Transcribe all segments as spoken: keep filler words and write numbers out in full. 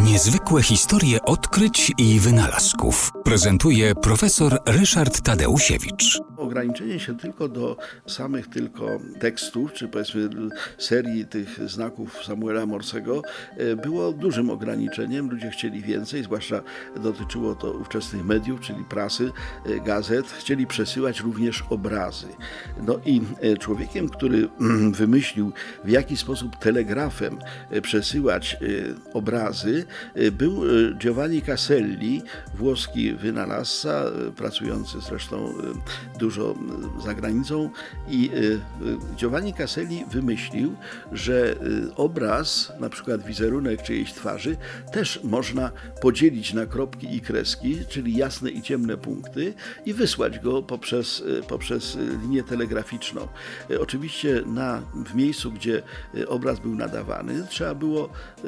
Niezwykłe historie odkryć i wynalazków prezentuje profesor Ryszard Tadeusiewicz. Ograniczenie się tylko do samych tylko tekstów, czy powiedzmy serii tych znaków Samuela Morsego było dużym ograniczeniem. Ludzie chcieli więcej, zwłaszcza dotyczyło to ówczesnych mediów, czyli prasy, gazet. Chcieli przesyłać również obrazy. No i człowiekiem, który wymyślił, w jaki sposób telegrafem przesyłać obrazy, był Giovanni Caselli, włoski wynalazca, pracujący zresztą dużo za granicą, i Giovanni Caselli wymyślił, że obraz, na przykład wizerunek czyjejś twarzy, też można podzielić na kropki i kreski, czyli jasne i ciemne punkty, i wysłać go poprzez, poprzez linię telegraficzną. Oczywiście na, w miejscu, gdzie obraz był nadawany, trzeba było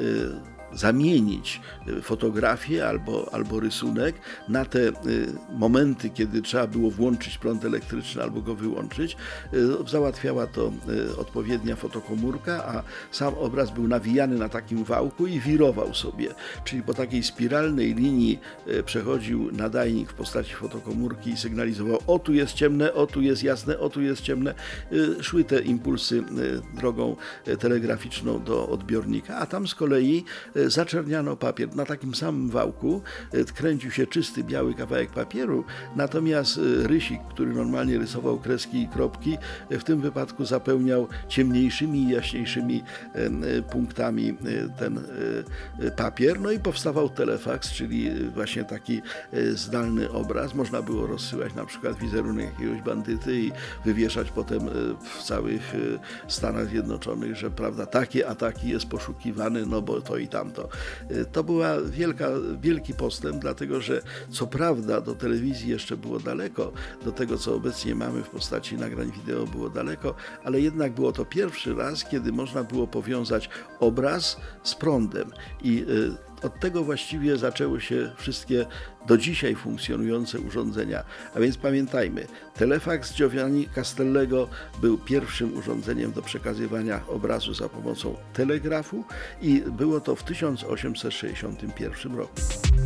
zamienić fotografię albo, albo rysunek na te momenty, kiedy trzeba było włączyć prąd elektryczny albo go wyłączyć. Załatwiała to odpowiednia fotokomórka, a sam obraz był nawijany na takim wałku i wirował sobie. Czyli po takiej spiralnej linii przechodził nadajnik w postaci fotokomórki i sygnalizował: o, tu jest ciemne, o, tu jest jasne, o, tu jest ciemne. Szły te impulsy drogą telegraficzną do odbiornika, a tam z kolei zaczerniano papier. Na takim samym wałku kręcił się czysty, biały kawałek papieru, natomiast rysik, który normalnie rysował kreski i kropki, w tym wypadku zapełniał ciemniejszymi i jaśniejszymi punktami ten papier. No i powstawał telefaks, czyli właśnie taki zdalny obraz. Można było rozsyłać na przykład wizerunek jakiegoś bandyty i wywieszać potem w całych Stanach Zjednoczonych, że prawda, takie ataki jest poszukiwany, no bo to i tamto. To była wielka, wielki postęp, dlatego że co prawda do telewizji jeszcze było daleko, do tego, co obecnie mamy w postaci nagrań wideo, było daleko, ale jednak było to pierwszy raz, kiedy można było powiązać obraz z prądem. I od tego właściwie zaczęły się wszystkie do dzisiaj funkcjonujące urządzenia. A więc pamiętajmy, telefaks Giovanni Castellego był pierwszym urządzeniem do przekazywania obrazu za pomocą telegrafu i było to w tysiąc osiemset sześćdziesiątym pierwszym roku.